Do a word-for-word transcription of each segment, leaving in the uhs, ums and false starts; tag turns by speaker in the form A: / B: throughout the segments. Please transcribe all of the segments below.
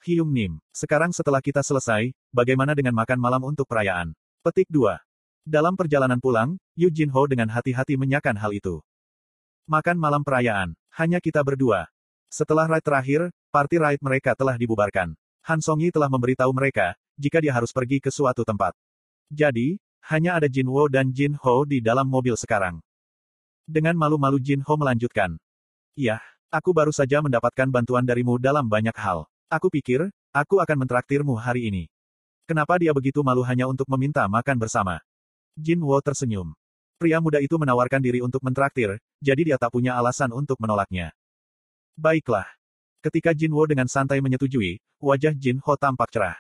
A: Hyung Nim, sekarang setelah kita selesai, bagaimana dengan makan malam untuk perayaan? Petik dua. Dalam perjalanan pulang, Yu Jinho dengan hati-hati menyakan hal itu. Makan malam perayaan, hanya kita berdua. Setelah raid terakhir, party raid mereka telah dibubarkan. Han Songyi telah memberitahu mereka, jika dia harus pergi ke suatu tempat. Jadi, hanya ada Jinwo dan Jinho di dalam mobil sekarang. Dengan malu-malu Jinho melanjutkan. Iya, aku baru saja mendapatkan bantuan darimu dalam banyak hal. Aku pikir, aku akan mentraktirmu hari ini. Kenapa dia begitu malu hanya untuk meminta makan bersama? Jinwo tersenyum. Pria muda itu menawarkan diri untuk mentraktir, jadi dia tak punya alasan untuk menolaknya. Baiklah. Ketika Jinwo dengan santai menyetujui, wajah Jinho tampak cerah.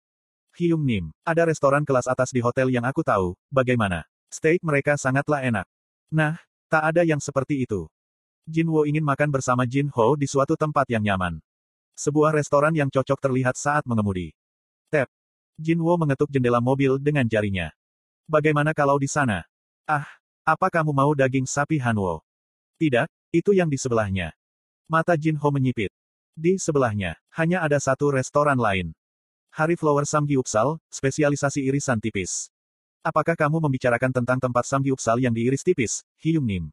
A: Hyung Nim, ada restoran kelas atas di hotel yang aku tahu, bagaimana? Steak mereka sangatlah enak. Nah, tak ada yang seperti itu. Jinwo ingin makan bersama Jinho di suatu tempat yang nyaman. Sebuah restoran yang cocok terlihat saat mengemudi. Tap. Jinwo mengetuk jendela mobil dengan jarinya. Bagaimana kalau di sana? Ah, apa kamu mau daging sapi Hanwo? Tidak, itu yang di sebelahnya. Mata Jinho menyipit. Di sebelahnya, hanya ada satu restoran lain. Hari Flower Samgyeopsal, spesialisasi irisan tipis. Apakah kamu membicarakan tentang tempat Samgyeopsal yang diiris tipis, Hyung Nim?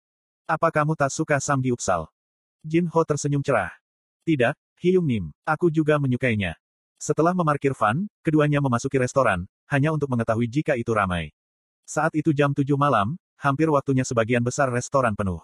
A: Apa kamu tak suka Samgyeopsal? Jinho tersenyum cerah. Tidak, Hyung Nim, aku juga menyukainya. Setelah memarkir van, keduanya memasuki restoran, hanya untuk mengetahui jika itu ramai. Saat itu jam tujuh malam, hampir waktunya sebagian besar restoran penuh.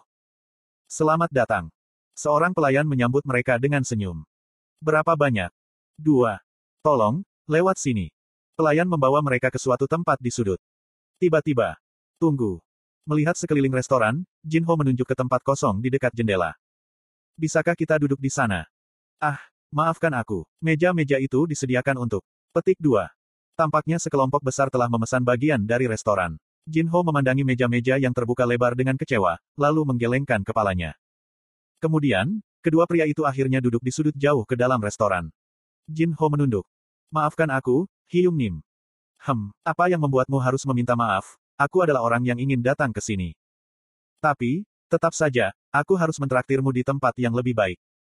A: Selamat datang. Seorang pelayan menyambut mereka dengan senyum. Berapa banyak? Dua. Tolong, lewat sini. Pelayan membawa mereka ke suatu tempat di sudut. Tiba-tiba. Tunggu. Melihat sekeliling restoran, Jinho menunjuk ke tempat kosong di dekat jendela. Bisakah kita duduk di sana? Ah, maafkan aku. Meja-meja itu disediakan untuk. Petik dua. Tampaknya sekelompok besar telah memesan bagian dari restoran. Jinho memandangi meja-meja yang terbuka lebar dengan kecewa, lalu menggelengkan kepalanya. Kemudian, kedua pria itu akhirnya duduk di sudut jauh ke dalam restoran. Jinho menunduk. Maafkan aku, Hyung Nim. Hem, apa yang membuatmu harus meminta maaf? Aku adalah orang yang ingin datang ke sini. Tapi, tetap saja, aku harus mentraktirmu di tempat yang lebih baik.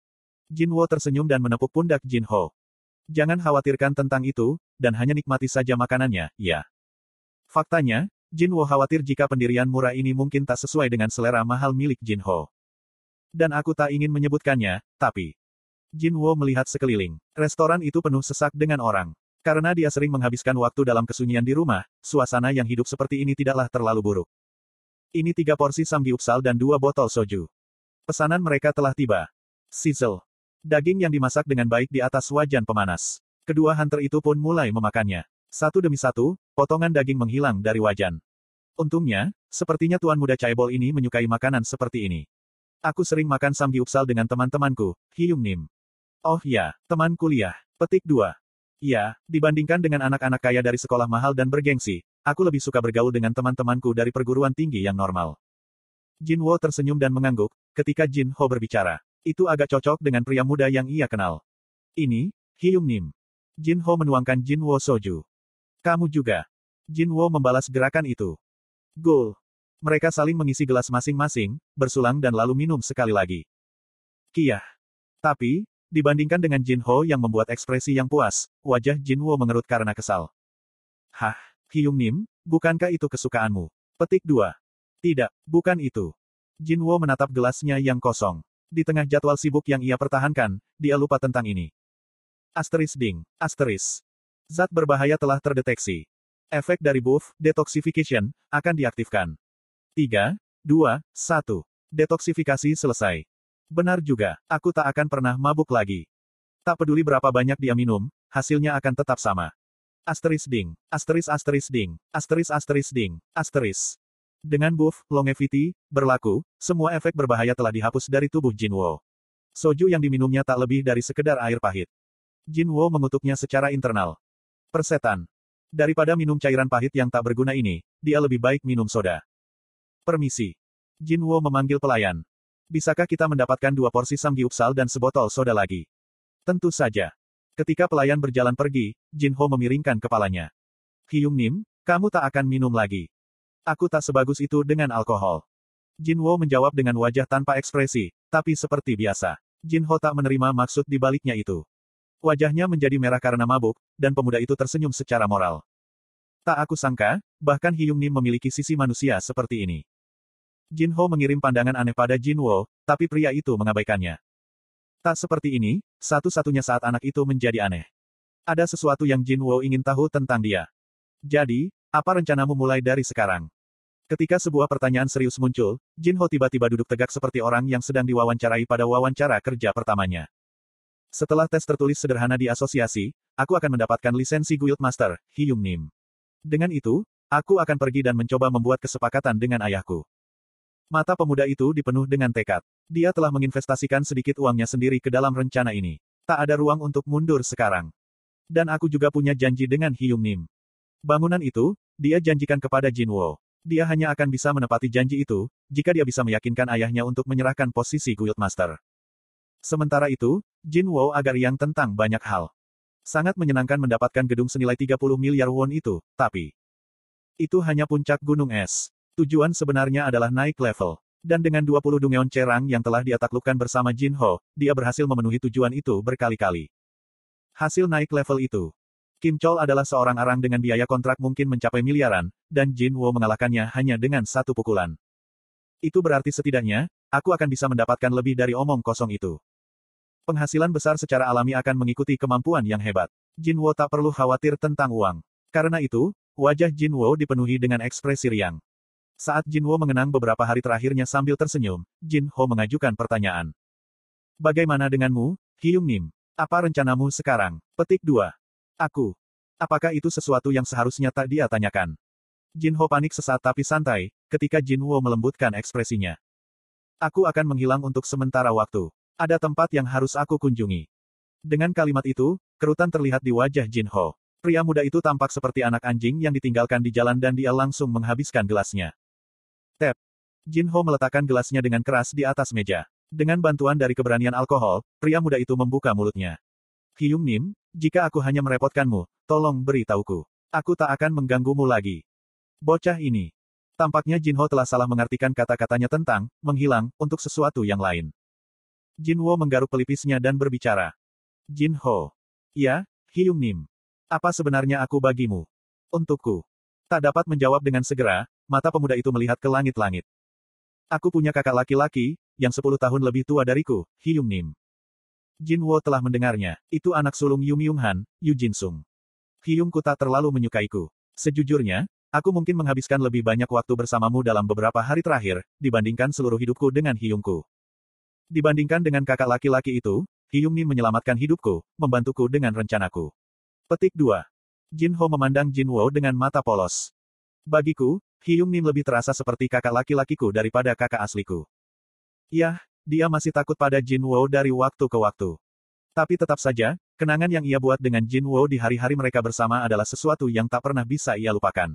A: Jinwo tersenyum dan menepuk pundak Jinho. Jangan khawatirkan tentang itu, dan hanya nikmati saja makanannya, ya. Faktanya, Jinwo khawatir jika pendirian murah ini mungkin tak sesuai dengan selera mahal milik Jinho. Dan aku tak ingin menyebutkannya, tapi... Jinwo melihat sekeliling. Restoran itu penuh sesak dengan orang. Karena dia sering menghabiskan waktu dalam kesunyian di rumah, suasana yang hidup seperti ini tidaklah terlalu buruk. Ini tiga porsi samgyeopsal dan dua botol soju. Pesanan mereka telah tiba. Sizzle. Daging yang dimasak dengan baik di atas wajan pemanas. Kedua hunter itu pun mulai memakannya. Satu demi satu, potongan daging menghilang dari wajan. Untungnya, sepertinya tuan muda Chaebol ini menyukai makanan seperti ini. Aku sering makan samgyeopsal dengan teman-temanku, Hyung Nim. Oh ya, teman kuliah. Petik dua. Ya, dibandingkan dengan anak-anak kaya dari sekolah mahal dan bergengsi, aku lebih suka bergaul dengan teman-temanku dari perguruan tinggi yang normal. Jinwo tersenyum dan mengangguk, ketika Jinho berbicara. Itu agak cocok dengan pria muda yang ia kenal. Ini, Hyung Nim. Jinho menuangkan Jinwo soju. Kamu juga. Jinwo membalas gerakan itu. Gol. Mereka saling mengisi gelas masing-masing, bersulang dan lalu minum sekali lagi. Kiyah. Tapi, dibandingkan dengan Jinho yang membuat ekspresi yang puas, wajah Jinwo mengerut karena kesal. Hah, Hyung Nim, bukankah itu kesukaanmu? Petik dua. Tidak, bukan itu. Jinwo menatap gelasnya yang kosong. Di tengah jadwal sibuk yang ia pertahankan, dia lupa tentang ini. Asteris ding, asteris. Zat berbahaya telah terdeteksi. Efek dari buff, detoxification, akan diaktifkan. tiga, dua, satu. Detoksifikasi selesai. Benar juga, aku tak akan pernah mabuk lagi. Tak peduli berapa banyak dia minum, hasilnya akan tetap sama. Asteris ding, asteris asteris ding, asteris asteris ding, asteris. Dengan buff, longevity, berlaku, semua efek berbahaya telah dihapus dari tubuh Jinwo. Soju yang diminumnya tak lebih dari sekedar air pahit. Jinwo mengutuknya secara internal. Persetan. Daripada minum cairan pahit yang tak berguna ini, dia lebih baik minum soda. Permisi. Jinwo memanggil pelayan. Bisakah kita mendapatkan dua porsi samgyeopsal dan sebotol soda lagi? Tentu saja. Ketika pelayan berjalan pergi, Jinho memiringkan kepalanya. Hyung Nim, kamu tak akan minum lagi. Aku tak sebagus itu dengan alkohol. Jinwo menjawab dengan wajah tanpa ekspresi, tapi seperti biasa. Jinho tak menerima maksud di baliknya itu. Wajahnya menjadi merah karena mabuk, dan pemuda itu tersenyum secara moral. Tak aku sangka, bahkan Hyung Nim memiliki sisi manusia seperti ini. Jin Ho mengirim pandangan aneh pada Jin Wo, tapi pria itu mengabaikannya. Tak seperti ini, satu-satunya saat anak itu menjadi aneh. Ada sesuatu yang Jin Wo ingin tahu tentang dia. Jadi, apa rencanamu mulai dari sekarang? Ketika sebuah pertanyaan serius muncul, Jin Ho tiba-tiba duduk tegak seperti orang yang sedang diwawancarai pada wawancara kerja pertamanya. Setelah tes tertulis sederhana di asosiasi, aku akan mendapatkan lisensi Guild Master, Hyung Nim. Dengan itu, aku akan pergi dan mencoba membuat kesepakatan dengan ayahku. Mata pemuda itu dipenuh dengan tekad. Dia telah menginvestasikan sedikit uangnya sendiri ke dalam rencana ini. Tak ada ruang untuk mundur sekarang. Dan aku juga punya janji dengan Hyung Nim. Bangunan itu, dia janjikan kepada Jin Wo. Dia hanya akan bisa menepati janji itu, jika dia bisa meyakinkan ayahnya untuk menyerahkan posisi Guild Master. Sementara itu, Jin Wo agak riang tentang banyak hal. Sangat menyenangkan mendapatkan gedung senilai tiga puluh miliar won itu, tapi itu hanya puncak gunung es. Tujuan sebenarnya adalah naik level. Dan dengan dua puluh Dungeon Cerang yang telah dia taklukkan bersama Jin Ho, dia berhasil memenuhi tujuan itu berkali-kali. Hasil naik level itu. Kim Chol adalah seorang arang dengan biaya kontrak mungkin mencapai miliaran, dan Jin Wo mengalahkannya hanya dengan satu pukulan. Itu berarti setidaknya, aku akan bisa mendapatkan lebih dari omong kosong itu. Penghasilan besar secara alami akan mengikuti kemampuan yang hebat. Jin Wo tak perlu khawatir tentang uang. Karena itu, wajah Jin Wo dipenuhi dengan ekspresi riang. Saat Jin Wo mengenang beberapa hari terakhirnya sambil tersenyum, Jin Ho mengajukan pertanyaan. Bagaimana denganmu, Hyung Nim? Apa rencanamu sekarang? Petik dua. Aku. Apakah itu sesuatu yang seharusnya tak dia tanyakan? Jin Ho panik sesaat tapi santai, ketika Jin Wo melembutkan ekspresinya. Aku akan menghilang untuk sementara waktu. Ada tempat yang harus aku kunjungi. Dengan kalimat itu, kerutan terlihat di wajah Jin Ho. Pria muda itu tampak seperti anak anjing yang ditinggalkan di jalan dan dia langsung menghabiskan gelasnya. Tap. Jin Ho meletakkan gelasnya dengan keras di atas meja. Dengan bantuan dari keberanian alkohol, pria muda itu membuka mulutnya. Hyung Nim, jika aku hanya merepotkanmu, tolong beritahuku. Aku tak akan mengganggumu lagi. Bocah ini. Tampaknya Jin Ho telah salah mengartikan kata-katanya tentang menghilang untuk sesuatu yang lain. Jin Wo menggaruk pelipisnya dan berbicara. Jin Ho. Ya, Hyung Nim. Apa sebenarnya aku bagimu? Untukku. Tak dapat menjawab dengan segera, mata pemuda itu melihat ke langit-langit. Aku punya kakak laki-laki, yang sepuluh tahun lebih tua dariku, Hyung Nim. Jin Wo telah mendengarnya. Itu anak sulung Yu Myung Han, Yu Jin Sung. Hyungku tak terlalu menyukaiku. Sejujurnya, aku mungkin menghabiskan lebih banyak waktu bersamamu dalam beberapa hari terakhir, dibandingkan seluruh hidupku dengan Hyungku. Dibandingkan dengan kakak laki-laki itu, Hyung Nim menyelamatkan hidupku, membantuku dengan rencanaku. Petik dua. Jin Ho memandang Jin Wo dengan mata polos. Bagiku, Hyung Nim lebih terasa seperti kakak laki-lakiku daripada kakak asliku. Yah, dia masih takut pada Jin Wo dari waktu ke waktu. Tapi tetap saja, kenangan yang ia buat dengan Jin Wo di hari-hari mereka bersama adalah sesuatu yang tak pernah bisa ia lupakan.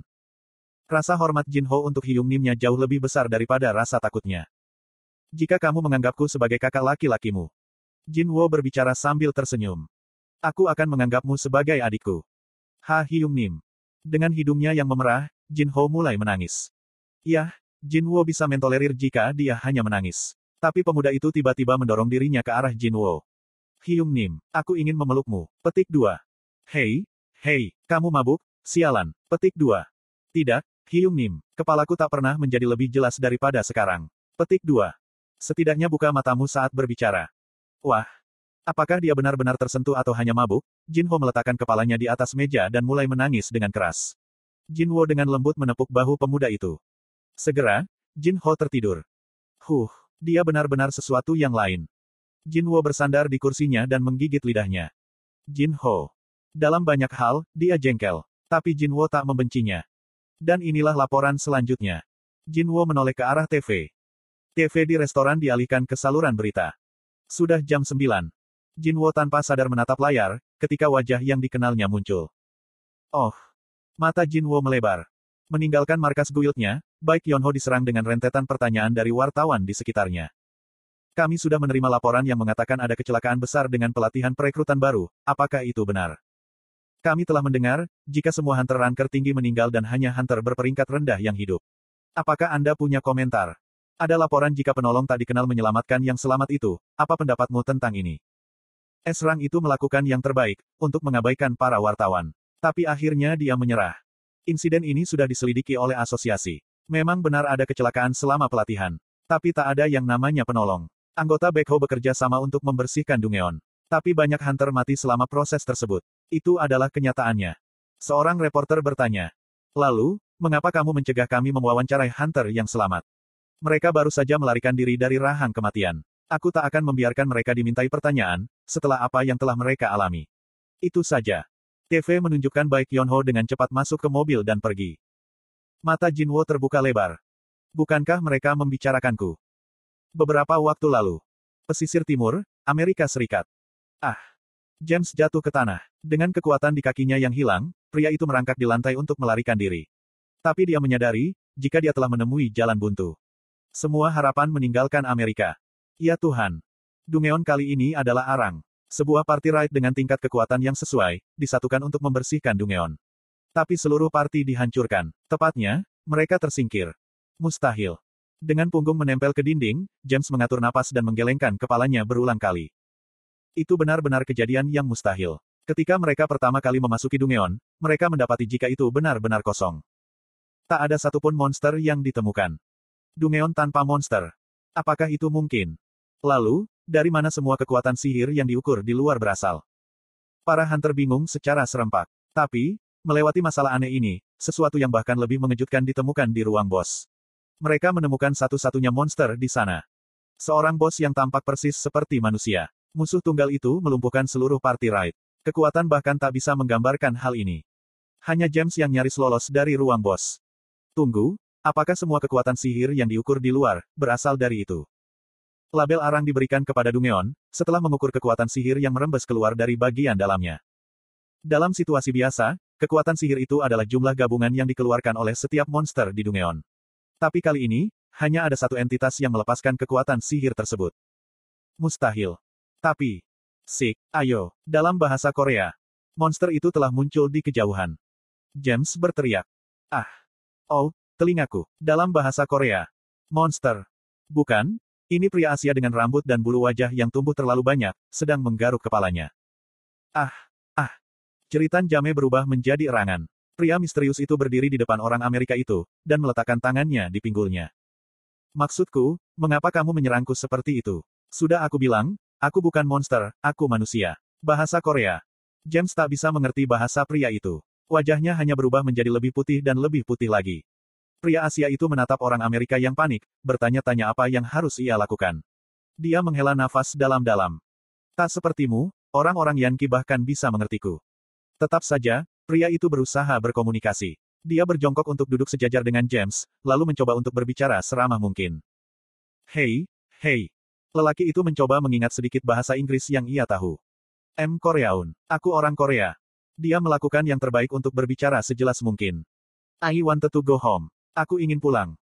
A: Rasa hormat Jin Ho untuk Hyung Nimnya jauh lebih besar daripada rasa takutnya. Jika kamu menganggapku sebagai kakak laki-lakimu. Jin Wo berbicara sambil tersenyum. Aku akan menganggapmu sebagai adikku. Ha Hyung Nim. Dengan hidungnya yang memerah, Jin Ho mulai menangis. Yah, Jin Wo bisa mentolerir jika dia hanya menangis. Tapi pemuda itu tiba-tiba mendorong dirinya ke arah Jin Wo. Hyung Nim, aku ingin memelukmu. Petik dua. Hei, hei, kamu mabuk? Sialan. Petik dua. Tidak, Hyung Nim, kepalaku tak pernah menjadi lebih jelas daripada sekarang. Petik dua. Setidaknya buka matamu saat berbicara. Wah. Apakah dia benar-benar tersentuh atau hanya mabuk? Jin Ho meletakkan kepalanya di atas meja dan mulai menangis dengan keras. Jin Wo dengan lembut menepuk bahu pemuda itu. Segera, Jin Ho tertidur. Huh. Dia benar-benar sesuatu yang lain. Jin Wo bersandar di kursinya dan menggigit lidahnya. Jin Ho. Dalam banyak hal, dia jengkel. Tapi Jin Wo tak membencinya. Dan inilah laporan selanjutnya. Jin Wo menoleh ke arah T V. T V di restoran dialihkan ke saluran berita. Sudah jam sembilan. Jin Wo tanpa sadar menatap layar, ketika wajah yang dikenalnya muncul. Oh. Mata Jin Wo melebar. Meninggalkan markas guildnya, Baek Yonho diserang dengan rentetan pertanyaan dari wartawan di sekitarnya. Kami sudah menerima laporan yang mengatakan ada kecelakaan besar dengan pelatihan perekrutan baru, apakah itu benar? Kami telah mendengar, jika semua Hunter Ranker tinggi meninggal dan hanya Hunter berperingkat rendah yang hidup. Apakah Anda punya komentar? Ada laporan jika penolong tak dikenal menyelamatkan yang selamat itu, apa pendapatmu tentang ini? S-Rank itu melakukan yang terbaik, untuk mengabaikan para wartawan. Tapi akhirnya dia menyerah. Insiden ini sudah diselidiki oleh asosiasi. Memang benar ada kecelakaan selama pelatihan. Tapi tak ada yang namanya penolong. Anggota Backhoe bekerja sama untuk membersihkan Dungeon. Tapi banyak hunter mati selama proses tersebut. Itu adalah kenyataannya. Seorang reporter bertanya. Lalu, mengapa kamu mencegah kami mewawancarai hunter yang selamat? Mereka baru saja melarikan diri dari rahang kematian. Aku tak akan membiarkan mereka dimintai pertanyaan, setelah apa yang telah mereka alami. Itu saja. T V menunjukkan Baek Yonho dengan cepat masuk ke mobil dan pergi. Mata Jinwo terbuka lebar. Bukankah mereka membicarakanku? Beberapa waktu lalu. Pesisir timur, Amerika Serikat. Ah. James jatuh ke tanah. Dengan kekuatan di kakinya yang hilang, pria itu merangkak di lantai untuk melarikan diri. Tapi dia menyadari, jika dia telah menemui jalan buntu. Semua harapan meninggalkan Amerika. Ya Tuhan. Dungeon kali ini adalah arang. Sebuah party raid dengan tingkat kekuatan yang sesuai, disatukan untuk membersihkan Dungeon. Tapi seluruh party dihancurkan. Tepatnya, mereka tersingkir. Mustahil. Dengan punggung menempel ke dinding, James mengatur napas dan menggelengkan kepalanya berulang kali. Itu benar-benar kejadian yang mustahil. Ketika mereka pertama kali memasuki Dungeon, mereka mendapati jika itu benar-benar kosong. Tak ada satupun monster yang ditemukan. Dungeon tanpa monster. Apakah itu mungkin? Lalu, dari mana semua kekuatan sihir yang diukur di luar berasal? Para hunter bingung secara serempak. Tapi, melewati masalah aneh ini, sesuatu yang bahkan lebih mengejutkan ditemukan di ruang bos. Mereka menemukan satu-satunya monster di sana. Seorang bos yang tampak persis seperti manusia. Musuh tunggal itu melumpuhkan seluruh party raid. Kekuatan bahkan tak bisa menggambarkan hal ini. Hanya James yang nyaris lolos dari ruang bos. Tunggu, apakah semua kekuatan sihir yang diukur di luar, berasal dari itu? Label arang diberikan kepada Dungeon, setelah mengukur kekuatan sihir yang merembes keluar dari bagian dalamnya. Dalam situasi biasa, kekuatan sihir itu adalah jumlah gabungan yang dikeluarkan oleh setiap monster di Dungeon. Tapi kali ini, hanya ada satu entitas yang melepaskan kekuatan sihir tersebut. Mustahil. Tapi, Sik, ayo, dalam bahasa Korea. Monster itu telah muncul di kejauhan. James berteriak. Ah. Oh, telingaku. Dalam bahasa Korea. Monster. Bukan, ini pria Asia dengan rambut dan bulu wajah yang tumbuh terlalu banyak, sedang menggaruk kepalanya. Ah. Ah. Jeritan Jame berubah menjadi erangan. Pria misterius itu berdiri di depan orang Amerika itu, dan meletakkan tangannya di pinggulnya. Maksudku, mengapa kamu menyerangku seperti itu? Sudah aku bilang, aku bukan monster, aku manusia. Bahasa Korea. James tak bisa mengerti bahasa pria itu. Wajahnya hanya berubah menjadi lebih putih dan lebih putih lagi. Pria Asia itu menatap orang Amerika yang panik, bertanya-tanya apa yang harus ia lakukan. Dia menghela nafas dalam-dalam. Tak sepertimu, orang-orang Yankee bahkan bisa mengertiku. Tetap saja, pria itu berusaha berkomunikasi. Dia berjongkok untuk duduk sejajar dengan James, lalu mencoba untuk berbicara seramah mungkin. Hei, hei. Lelaki itu mencoba mengingat sedikit bahasa Inggris yang ia tahu. M. Koreaun. Aku orang Korea. Dia melakukan yang terbaik untuk berbicara sejelas mungkin. I wanted to go home. Aku ingin pulang.